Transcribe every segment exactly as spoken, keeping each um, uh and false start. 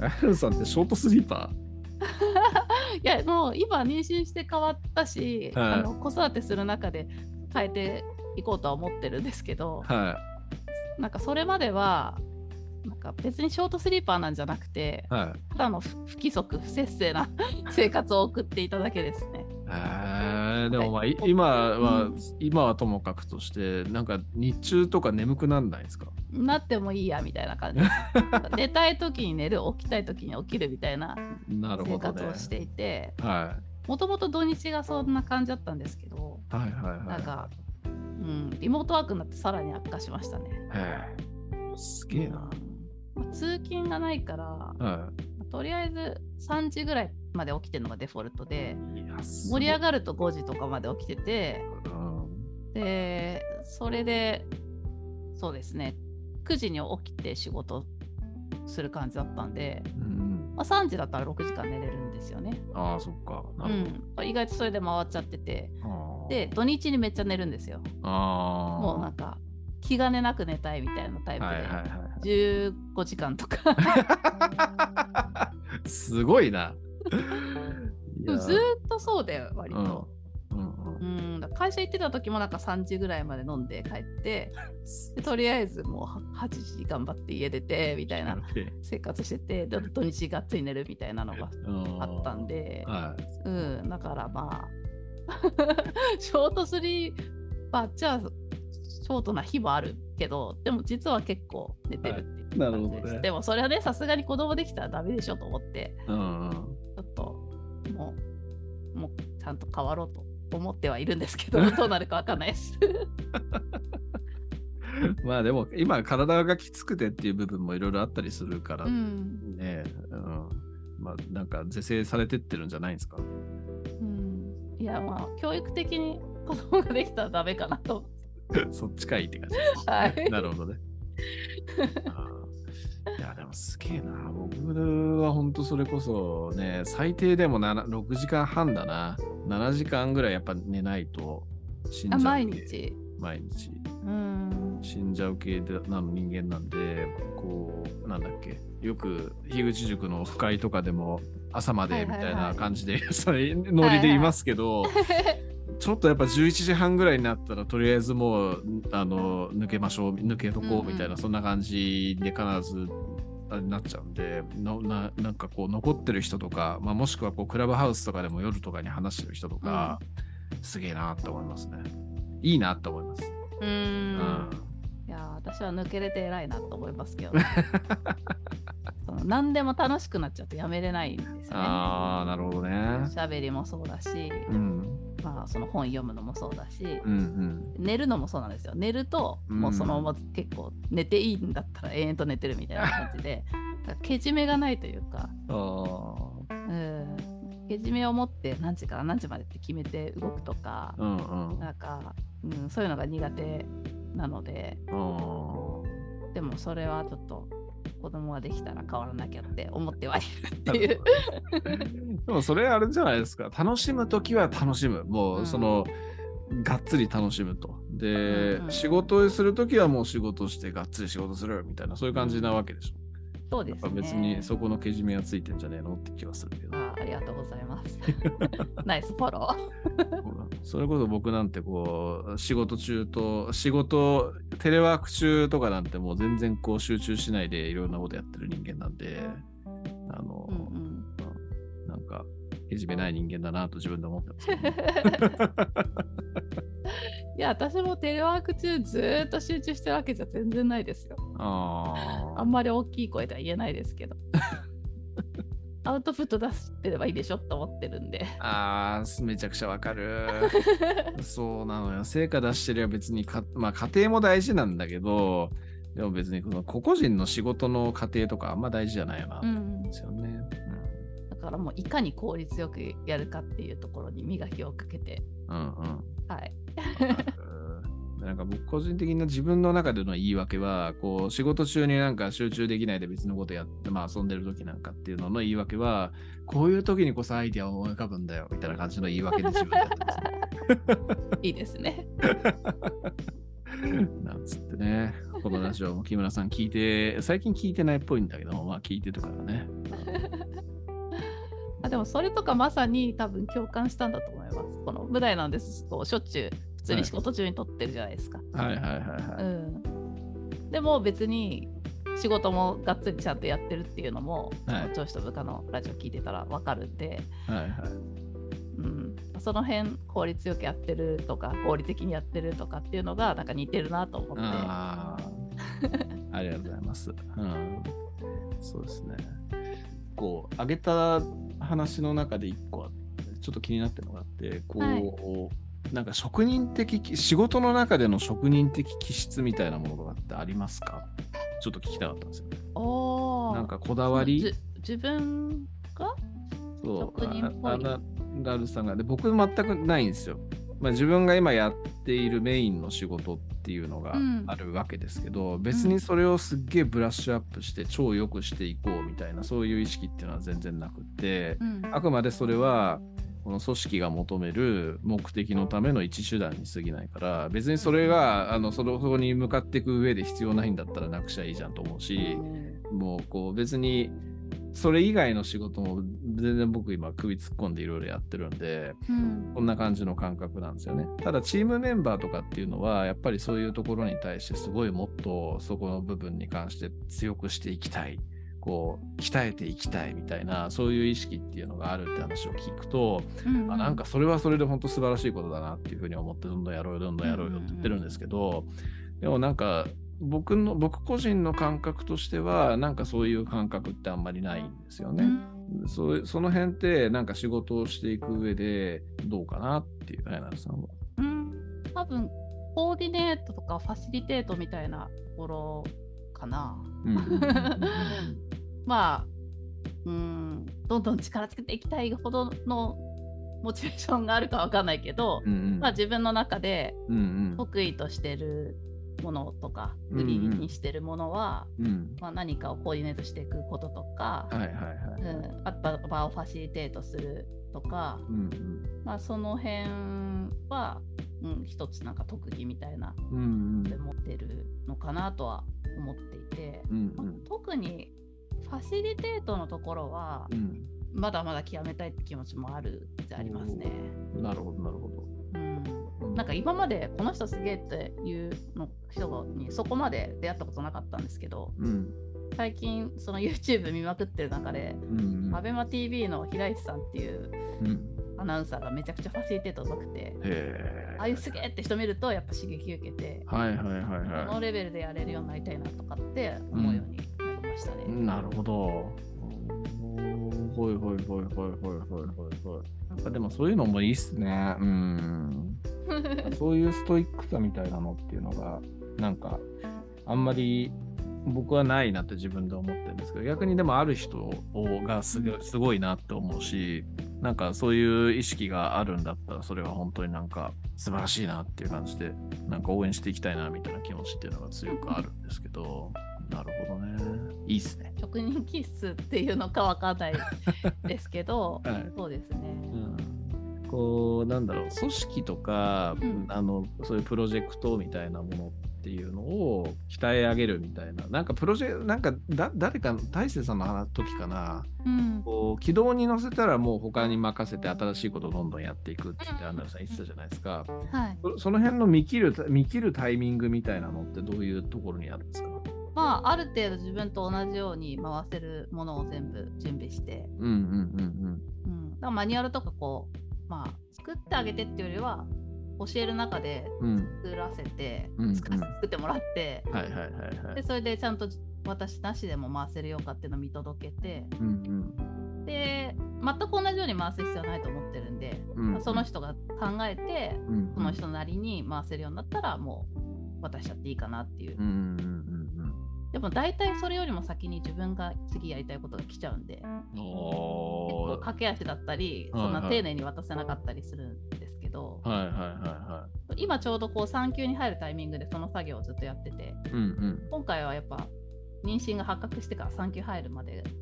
かやるさんってショートスリーパいやもう今妊娠して変わったし、 はい、 あの子育てする中で変えていこうとは思ってるんですけど、 はい、なんかそれまではなんか別にショートスリーパーなんじゃなくて、 はい、 ただの不規則不節制な生活を送っていただけですね。 えー、でもまあ、はい、今は、うん、今はともかくとしてなんか日中とか眠くなんないですか？ なってもいいやみたいな感じです寝たい時に寝る、起きたい時に起きるみたいな生活をしていて、もともと土日がそんな感じだったんですけど、 はいはいはい、 なんか、うん、リモートワークになってさらに悪化しましたね。 へー、すげえな、 うん、通勤がないから、はい、とりあえずさんじぐらいまで起きてるのがデフォルトで、盛り上がるとごじとかまで起きてて、うん、でそれでそうですねくじに起きて仕事する感じだったんで、うんまあ、さんじだったらろくじかん寝れるんですよね。 ああそっか、 うん、意外とそれで回っちゃってて、で土日にめっちゃ寝るんですよ。あもうなんか気兼ねなく寝たいみたいなタイプで、はいはいはい、じゅうごじかんとかすごいなずっとそうで割と、うんうんうん、だ会社行ってた時もなんかさんじぐらいまで飲んで帰ってでとりあえずもうはちじ頑張って家出てみたいな生活しててで土日がっつり寝るみたいなのがあったんで、うん、だからまあショートスリーパーじゃあショートな日もあるけどでも実は結構寝てるっていう感じです、はいね、でもそれはねさすがに子供できたらダメでしょと思って、うんうん、ちょっともうもうちゃんと変わろうと思ってはいるんですけどどうなるか分かんないですまあでも今体がきつくてっていう部分もいろいろあったりするからね、うんうん、まあなんか是正されてってるんじゃないですか、 うん、いやまあ教育的に子供ができたらダメかなとそっちかいって感じです、はい、なるほどねいやでもすげえな。僕は本当それこそね最低でもろくじかんはんだな。ななじかんぐらいやっぱ寝ないと死んじゃう。 毎日毎日うん死んじゃう系なの人間なんで、こうなんだっけよく樋口塾の深井とかでも朝までみたいな感じで、はいはいはい、それノリでいますけど、はいはい、ちょっとやっぱじゅういちじはんぐらいになったらとりあえずもうあの抜けましょう抜けとこうみたいな、うんうん、そんな感じで必ずあれになっちゃうんでの な, なんかこう残ってる人とか、まあ、もしくはこうクラブハウスとかでも夜とかに話してる人とか、うん、すげえなって思いますね。いいなって思います。 うーん、うん、いや私は抜けれて偉いなと思いますけど、ね、その何でも楽しくなっちゃうとやめれないんですよね。 ああなるほどね。 喋りもそうだし、うんまあ、その本読むのもそうだし、 うんうん、 寝るのもそうなんですよ。寝るともうそのまま結構寝ていいんだったら永遠と寝てるみたいな感じでけじめがないというか、あ、うん、けじめを持って何時から何時までって決めて動くとか、うんうん、なんか、うん、そういうのが苦手なので、でもそれはちょっと子供ができたら変わらなきゃって思ってはいるっていうでもそれあれじゃないですか。楽しむときは楽しむ。もうその、うん、がっつり楽しむと。で、うんうん、仕事をするときはもう仕事してがっつり仕事するみたいなそういう感じなわけでしょ。 そうですね。 別にそこのけじめがついてんじゃねえのって気はするけど。 あ, ありがとうございます。ナイスフォロー。 それこそ僕なんてこう仕事中と仕事テレワーク中とかなんてもう全然こう集中しないでいろんなことやってる人間なんで、あの、うんうん、なんかけじめない人間だなと自分で思ってますけど、ね。 いや私もテレワーク中ずーっと集中してるわけじゃ全然ないですよ。あ, あんまり大きい声では言えないですけどアウトプット出してればいいでしょと思ってるんで。 ああめちゃくちゃわかるそうなのよ。成果出してれば別にか、まあ、家庭も大事なんだけどでも別にこの個々人の仕事の過程とかあんま大事じゃないよなと思うんですよね、うんうん、 だからもういかに効率よくやるかっていうところに磨きをかけて、うんうん、はいなんか僕個人的な自分の中での言い訳はこう仕事中になんか集中できないで別のことやって、まあ、遊んでる時なんかっていうのの言い訳はこういう時にこそアイデアを思い浮かぶんだよみたいな感じの言い訳で自分でやってますねいいですねなんつってね、このラジオも木村さん聞いて、最近聞いてないっぽいんだけど、まあ聞いてるからね。 あでもそれとかまさに多分共感したんだと思います。この無題なんですとしょっちゅう普通に仕事中に撮ってるじゃないですか。 はいはいはいはい、 うん。でも別に仕事もがっつりちゃんとやってるっていうのも、はい、上司と部下のラジオ聞いてたら分かるんで、はいはい、うん、その辺効率よくやってるとか合理的にやってるとかっていうのがなんか似てるなと思って。 あありがとうございます。うん、そうですね。こう挙げた話の中で一個ちょっと気になってるのがあって、こう、はい、なんか職人的仕事の中での職人的気質みたいなものとかってありますか？ちょっと聞きたかったんですよね。 おー、 なんかこだわり？ 自分が職人っぽい。 そう、ラルさんがで僕全くないんですよ。まあ、自分が今やっているメインの仕事っていうのがあるわけですけど、うん、別にそれをすっげえブラッシュアップして超良くしていこうみたいなそういう意識っていうのは全然なくて、うん、あくまでそれはこの組織が求める目的のための一手段に過ぎないから、別にそれがあのそこに向かっていく上で必要ないんだったらなくちゃいいじゃんと思うし、もうこう別にそれ以外の仕事も全然僕今首突っ込んでいろいろやってるんで、うん、こんな感じの感覚なんですよね。ただチームメンバーとかっていうのはやっぱりそういうところに対してすごいもっとそこの部分に関して強くしていきたい、こう鍛えていきたいみたいなそういう意識っていうのがあるって話を聞くと、うんうん、あなんかそれはそれで本当素晴らしいことだなっていうふうに思ってどんどんやろうよどんどんやろうよって言ってるんですけど、うんうん、でもなんか僕の僕個人の感覚としてはなんかそういう感覚ってあんまりないんですよね。うん、そ, その辺ってなんか仕事をしていく上でどうかなっていう綾成さんは。 うん、多分コーディネートとかファシリテートみたいなところかな。まあ、うん、どんどん力つけていきたいほどのモチベーションがあるかわかんないけど、うんうん、まあ、自分の中で得意としてるものとか売りにしてるものは、うんうんまあ、何かをコーディネートしていくこととか、はいはいはいうん、あと場をファシリテートするとか、うんうんまあ、その辺は、うん、一つなんか特技みたいなで持ってるのかなとは思っていて、うんうんまあ、特にファシリテートのところは、うん、まだまだ極めたいって気持ちもあるじゃありますね。 なるほどなるほど。 なんか今までこの人すげえっていうの人にそこまで出会ったことなかったんですけど、うん、最近その YouTube 見まくってる中で、うんうん、アベマ ティービー の平石さんっていうアナウンサーがめちゃくちゃファシリテート上手くて、うん、ああいうすげえって人見るとやっぱ刺激受けて、はいはいはいはい、このレベルでやれるようになりたいなとかって思うようになりましたね。 うん、なるほど。ほいほいほいほいほいほいほいほい。なんかでもそういうのもいいっすね。うん。そういうストイックさみたいなのっていうのがなんかあんまり僕はないなって自分で思ってるんですけど、逆にでもある人がすごい、すごいなって思うし、なんかそういう意識があるんだったらそれは本当になんか素晴らしいなっていう感じでなんか応援していきたいなみたいな気持ちっていうのが強くあるんですけど、なるほどね。いいっすね。 職人気質っていうのかわかんないですけど、はい、そうですね。 うん、こうなんだろう組織とか、うん、あのそういうプロジェクトみたいなものっていうのを鍛え上げるみたいな、なんかプロジェなんかだ誰か大勢さんの話時かな、うん、こう軌道に乗せたらもう他に任せて新しいことをどんどんやっていくって言ってアンナルさん言ってたじゃないですか、はい、そ, その辺の見切る見切るタイミングみたいなのってどういうところにあるんですか？ まあ、ある程度自分と同じように回せるものを全部準備して、うんうんうんうんうん、だからマニュアルとかこう、まあ、作ってあげてっていうよりは教える中で作らせて、うん、作ってもらって、うんうんはいはいはいはい、でそれでちゃんと私なしでも回せるようかっていうのを見届けて、うんうん、で全く同じように回す必要はないと思ってるんで、うんうんまあ、その人が考えて、うんうん、その人なりに回せるようになったらもう渡しちゃっていいかなっていう、うんうんうんうんでも大体それよりも先に自分が次やりたいことが来ちゃうんで、結構駆け足だったり、はいはい、そんな丁寧に渡せなかったりするんですけど、はいはいはいはい、今ちょうどこうさん級に入るタイミングでその作業をずっとやってて、うんうん、今回はやっぱ妊娠が発覚してからさん級入るまでに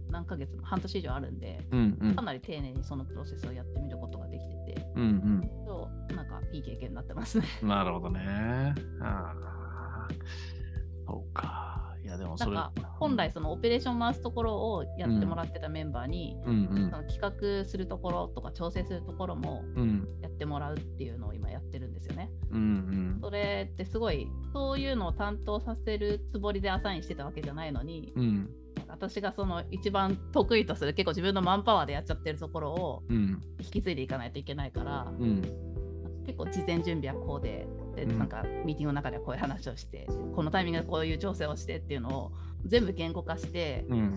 何ヶ月も半年以上あるんで、 うんうん、 かなり丁寧にそのプロセスをやってみることができてて、 うんうん、 そうなんかいい経験になってますね。 なるほどね。ああ、そうか。いやでもそれなんか本来そのオペレーション回すところをやってもらってたメンバーに、 うんうんうん、 その企画するところとか調整するところもやってもらうっていうのを今やってるんですよね。うんうん、それってすごいそういうのを担当させるつもりでアサインしてたわけじゃないのに、うん、私がその一番得意とする結構自分のマンパワーでやっちゃってるところを引き継いでいかないといけないから、うん、結構事前準備はこうで、でなんかミーティングの中ではこういう話をして、このタイミングでこういう調整をしてっていうのを全部言語化して、うんうん、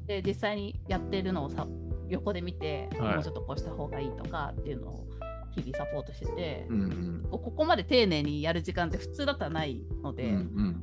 で実際にやってるのをさ横で見て、はい、もうちょっとこうした方がいいとかっていうのを日々サポートしてて、うんうん、ここまで丁寧にやる時間って普通だったらないので、うんうん、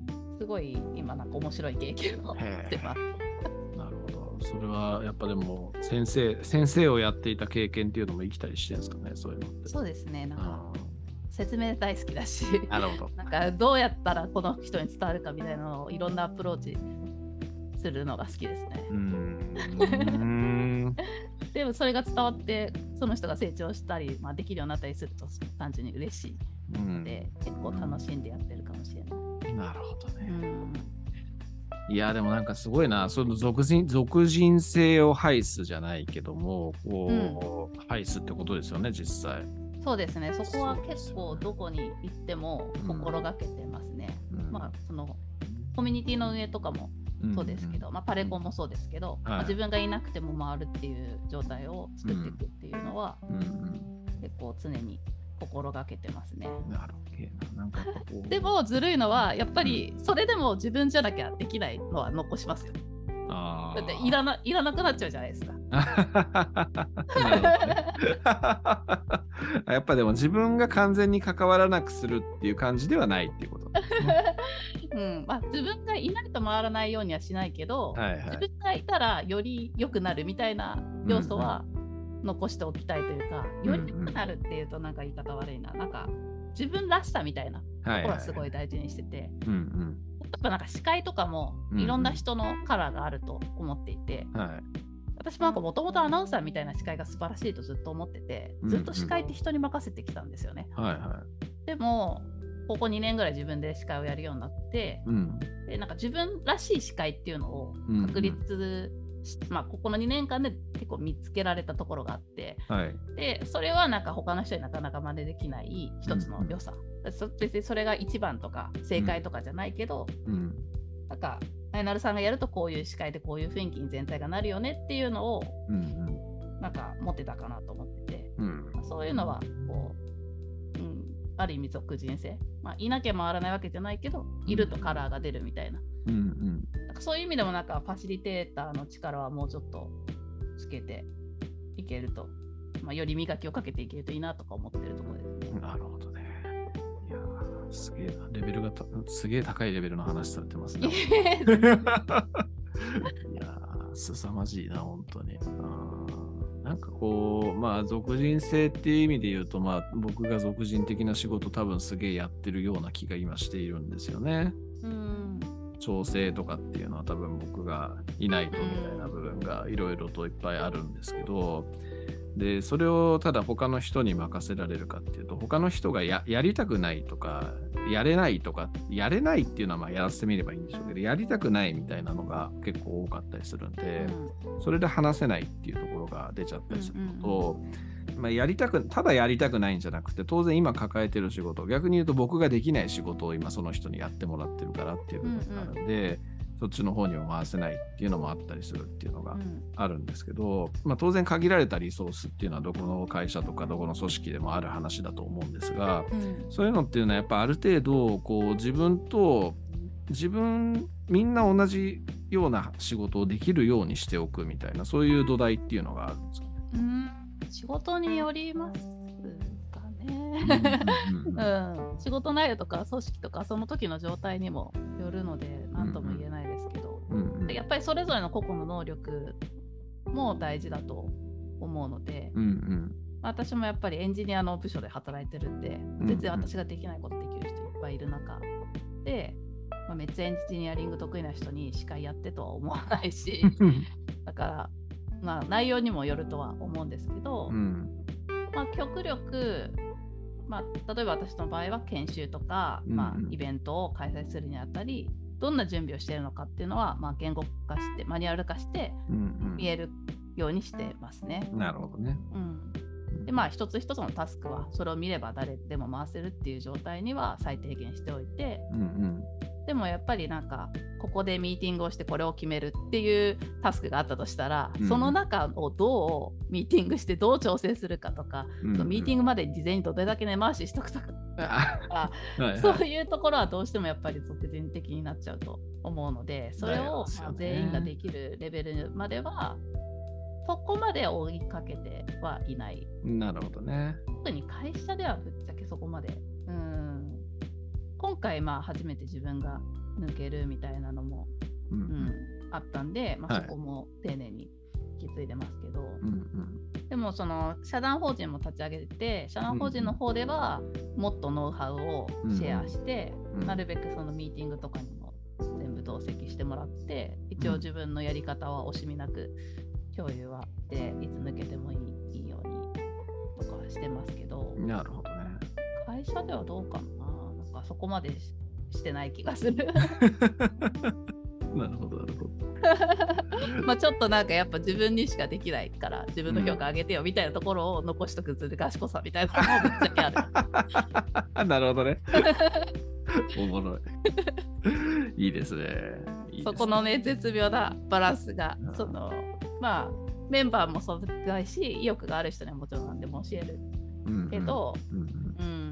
すごい今なんか面白い経験をしてます。 なるほど。それはやっぱでも先生先生をやっていた経験っていうのも生きたりしてるんですかね、そういうのって。 そうですね、なんか説明大好きだし、 なるほど。 なんかどうやったらこの人に伝わるかみたいなのをいろんなアプローチするのが好きですね。うーんでもそれが伝わってその人が成長したり、まあ、できるようになったりすると単純に嬉しいので、結構楽しんでやってるかもしれない。 なるほどね。いやでもなんかすごいな、その属人属人性を排すじゃないけどもこう、うん、排すってことですよね、実際。 そうですね、そこは結構どこに行っても心がけてますね。うん、まあそのコミュニティの運営とかもそうですけど、うん、まあ、パレコンもそうですけど、うん、まあ、自分がいなくても回るっていう状態を作っていくっていうのは、うんうん、結構常に心がけてますね。 なるほど。なんかこうでもずるいのはやっぱりそれでも自分じゃなきゃできないのは残しますよ。あだっていらな、いらなくなっちゃうじゃないですか。 やっぱでも自分が完全に関わらなくするっていう感じではないっていうことですね。 うんまあ、自分がいないと回らないようにはしないけど、はいはい、自分がいたらより良くなるみたいな要素は残しておきたいというか、うんうん、より良くなるっていうとなんか言い方悪いな、なんか自分らしさみたいなところはすごい大事にしてて、はいはいうんうんやっぱなんか視界とかもいろんな人のカラーがあると思っていて、うんうんはい、私もなんかもともとアナウンサーみたいな視界が素晴らしいとずっと思ってて、ずっと視界って人に任せてきたんですよね、うんうんはいはい、でもここにねんぐらい自分で司会をやるようになって、うん、でなんか自分らしい司会っていうのを確立、うんうんまあ、ここのにねんかんで結構見つけられたところがあって、はい、でそれはなんか他の人になかなか真似できない一つの良さ、うんうん、別にそれが一番とか正解とかじゃないけど、うん、なんかあやなるさんがやるとこういう司会でこういう雰囲気に全体がなるよねっていうのを、うんうん、なんか持ってたかなと思ってて、うんまあ、そういうのはこう、うん、ある意味属人性、まあ、いなきゃ回らないわけじゃないけどいるとカラーが出るみたいな、うんうん、なんかそういう意味でもなんかファシリテーターの力はもうちょっとつけていけると、まあ、より磨きをかけていけるといいなとか思ってるところですね。 なるほどね。いやすげえな、レベルがたすげえ高いレベルの話されてますね。いやすさまじいな本当に。なんかこうまあ属人性っていう意味で言うと、まあ僕が属人的な仕事多分すげえやってるような気が今しているんですよね。うん調整とかっていうのは多分僕がいないとみたいな部分がいろいろといっぱいあるんですけど、でそれをただ他の人に任せられるかっていうと、他の人が や, やりたくないとかやれないとか、やれないっていうのはまあやらせてみればいいんでしょうけど、やりたくないみたいなのが結構多かったりするんで、それで話せないっていうところが出ちゃったりするのと、まあ、やりたくただやりたくないんじゃなくて、当然今抱えてる仕事、逆に言うと僕ができない仕事を今その人にやってもらってるからっていう部分があるんで、うんうんそっちの方には回せないっていうのもあったりするっていうのがあるんですけど、うんまあ、当然限られたリソースっていうのはどこの会社とかどこの組織でもある話だと思うんですが、うん、そういうのっていうのはやっぱある程度こう自分と自分みんな同じような仕事をできるようにしておくみたいな、そういう土台っていうのがあるんですかね。 うん、仕事によりますかね、うん、仕事内容とか組織とかその時の状態にもよるので何とも言えないですけど、うんうん、やっぱりそれぞれの個々の能力も大事だと思うので、うんうん、私もやっぱりエンジニアの部署で働いてるんで、全然私ができないことできる人いっぱいいる中で、まあ、めっちゃエンジニアリング得意な人に司会やってとは思わないしだから、まあ、内容にもよるとは思うんですけど、うん、まあ、極力、まあ、例えば私の場合は研修とか、うん、まあ、イベントを開催するにあたりどんな準備をしているのかっていうのは、まあ、言語化してマニュアル化して見えるようにしてますね。 うんうん、なるほどね。 うん、でまあ一つ一つのタスクはそれを見れば誰でも回せるっていう状態には最低限しておいて、うんうん、でもやっぱりなんかここでミーティングをしてこれを決めるっていうタスクがあったとしたら、うん、その中をどうミーティングしてどう調整するかとか、うんうん、ミーティングまで事前にどれだけ根回ししとくとかはいはい、そういうところはどうしてもやっぱり俗人的になっちゃうと思うので、それをまあ全員ができるレベルまではそこまで追いかけてはいない。 なるほどね。 特に会社ではぶっちゃけそこまで、うん、今回まあ初めて自分が抜けるみたいなのも、うんうん、あったんで、まあ、そこも丁寧に引き継いでますけど、はい、うんうん、でもその社団法人も立ち上げて、社団法人の方ではもっとノウハウをシェアして、うんうん、なるべくそのミーティングとかにも全部同席してもらって、一応自分のやり方は惜しみなく共有はでいつ抜けてもいい、いいようにとかしてますけど。 なるほどね。 会社ではどうかな、なんかそこまで し, してない気がする。 なるほどなるほど。 まあちょっとなんかやっぱ自分にしかできないから自分の評価上げてよみたいなところを残しとくずる賢さみたいなのもぶっちゃけある。 なるほどね。おもろい。いいですね。いいですね。 そこのね絶妙なバランスがそのまあメンバーもそうだし意欲がある人にはもちろん何でも教えるけど、うんうんうん、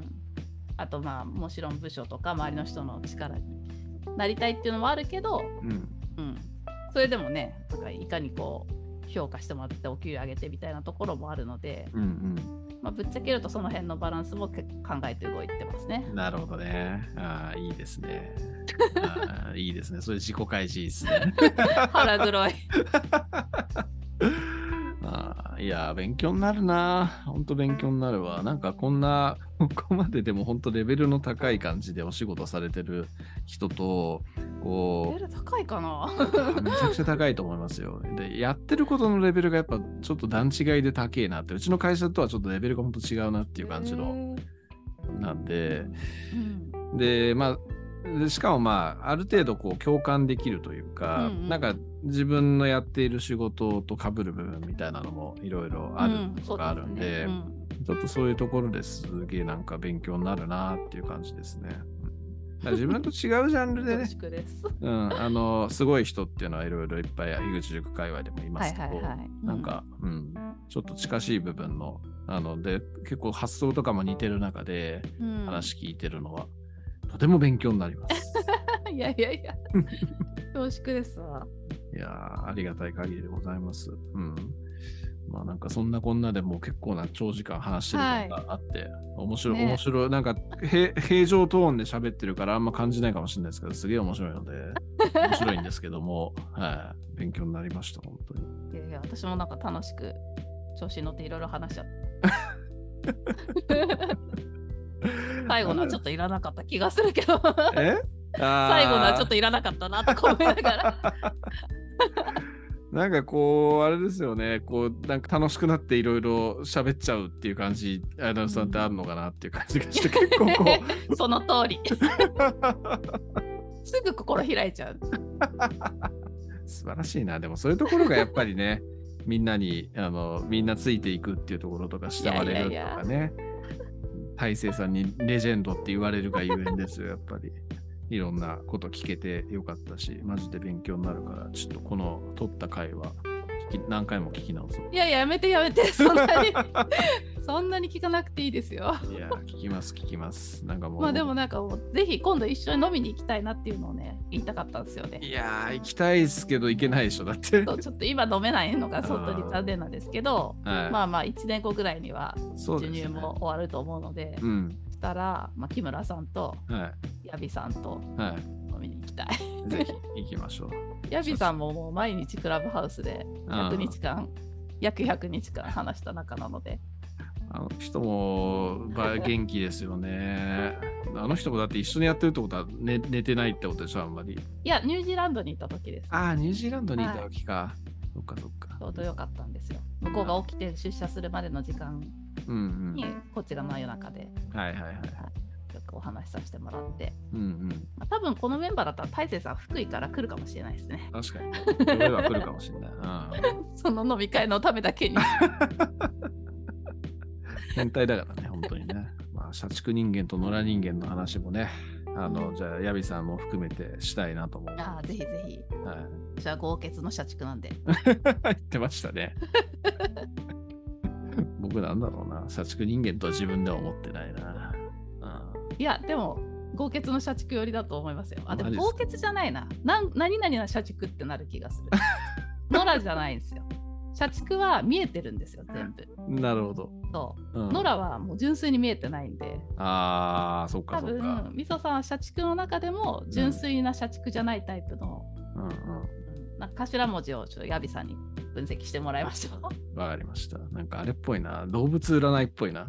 あとまあもちろん部署とか周りの人の力になりたいっていうのもあるけど、うんうん、それでもねなんかいかにこう評価してもらってお給料上げてみたいなところもあるので、うんうんまあ、ぶっちゃけるとその辺のバランスも考えて動いてますね。 なるほどね。ああいいですね。あいいですね。それ自己開示ですね。 腹黒い。 あいや勉強になるな。本当勉強になるわ。なんかこんなここまででも本当レベルの高い感じでお仕事されてる人とこうレベル高いかな。 めちゃくちゃ高いと思いますよ。でやってることのレベルがやっぱちょっと段違いで高いなって、うちの会社とはちょっとレベルが本当違うなっていう感じのなんで、うん、でまあでしかもまあある程度こう共感できるというか、うんうん、なんか自分のやっている仕事と被る部分みたいなのもいろいろあるとかあるんで、うんねうん、ちょっとそういうところですげえなんか勉強になるなっていう感じですね。自分と違うジャンルでねうん、あのすごい人っていうのはいろいろいっぱい樋口塾界隈でもいますけど、はいはいはい、なんか、うん、ちょっと近しい部分のあので結構発想とかも似てる中で話聞いてるのは、うん、とても勉強になります。 いやいやいや恐縮ですわ。 いやありがたい限りでございます。うん。まあなんかそんなこんなでもう結構な長時間話してるのがあって、はい、面白い、ね、面白いなんか平常トーンで喋ってるからあんま感じないかもしれないですけど、すげえ面白いので面白いんですけども、はい、勉強になりました本当に。 いやいや私もなんか楽しく調子に乗っていろいろ話しちゃった。最後のはちょっといらなかった気がするけど。え？最後のはちょっといらなかったなと思いながら。 なんかこうあれですよね、こうなんか楽しくなっていろいろ喋っちゃうっていう感じ、アナウンサーってあるのかなっていう感じがして、結構こうその通り。すぐ心開いちゃう。 素晴らしいな。でもそういうところがやっぱりね、みんなにあのみんなついていくっていうところとか慕われるとかね。いやいやいや大勢さんにレジェンドって言われるがゆえんですよ、やっぱり。いろんなこと聞けてよかったし、マジで勉強になるから、ちょっとこの撮った回は何回も聞き直そう。 いやいや、やめてやめて、そんなにそんなに聞かなくていいですよ。 いや、聞きます聞きます。なんかもう。 まあでもなんかもう、ぜひ今度一緒に飲みに行きたいなっていうのをね、言いたかったんですよね。 いやー、行きたいですけど、行けないでしょ、だって。 ちょっと今飲めないのが本当に残念なんですけど、はい、まあまあいちねんごぐらいには授乳も終わると思うので、うん、そしたら、まあ、木村さんと、はい、ヤビさんと、はい見に行きたい。 ぜひ行きましょう。 ヤビさんももう毎日クラブハウスでひゃくにちかん、約ひゃくにちかん話した仲なので。 あの人も元気ですよね。あの人もだって一緒にやってるってことは、ね、寝てないってことでしょ、あんまり。 いや、ニュージーランドにいた時です。 ああ、ニュージーランドにいた時か。はい、 そっかそっか。 ちょうどよかったんですよ。向こうが起きて出社するまでの時間に、うんうん、こっちが真夜中で、 はいはいはい、 よくお話しさせてもらって、 うんうんまあ、多分このメンバーだったら大勢さん福井から来るかもしれないですね。 確かに呼べば来るかもしれない、 うん、その飲み会のためだけに変態だからね本当にね。まあ社畜人間と野良人間の話もね、あのじゃあヤビさんも含めてしたいなと思う。 ああぜひぜひ、はい、じゃあ豪傑の社畜なんで言ってましたね僕なんだろうな、社畜人間とは自分では思ってないな。 いやでも豪傑の社畜寄りだと思いますよ。あでも豪傑じゃないな、な何々な社畜ってなる気がする野良じゃないんですよ。社畜は見えてるんですよ全部。 なるほど。 そう、うん、野良はもう純粋に見えてないんで。 ああそっかそっか。 多分みそさんは社畜の中でも純粋な社畜じゃないタイプの、うんうん、なんか頭文字をちょっとヤビさんに分析してもらいましょう。 わかりました。なんかあれっぽいな、動物占いっぽいな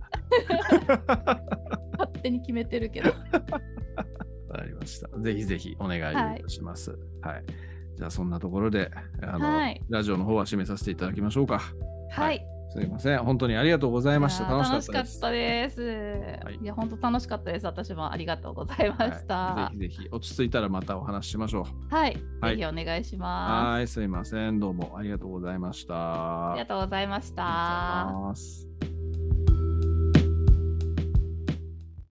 勝手に決めてるけどわかりました。ぜひぜひお願いいたします。はい、はい、じゃあそんなところであの、はい、ラジオの方は締めさせていただきましょうか。 はい、はい、 すいません本当にありがとうございました。楽しかったです。 楽しかったです、はい、いや本当楽しかったです。私もありがとうございました、 はい、ぜひぜひ落ち着いたらまたお話ししましょう。 はい、はい、ぜひお願いします。 はいすいませんどうもありがとうございました。 ありがとうございました。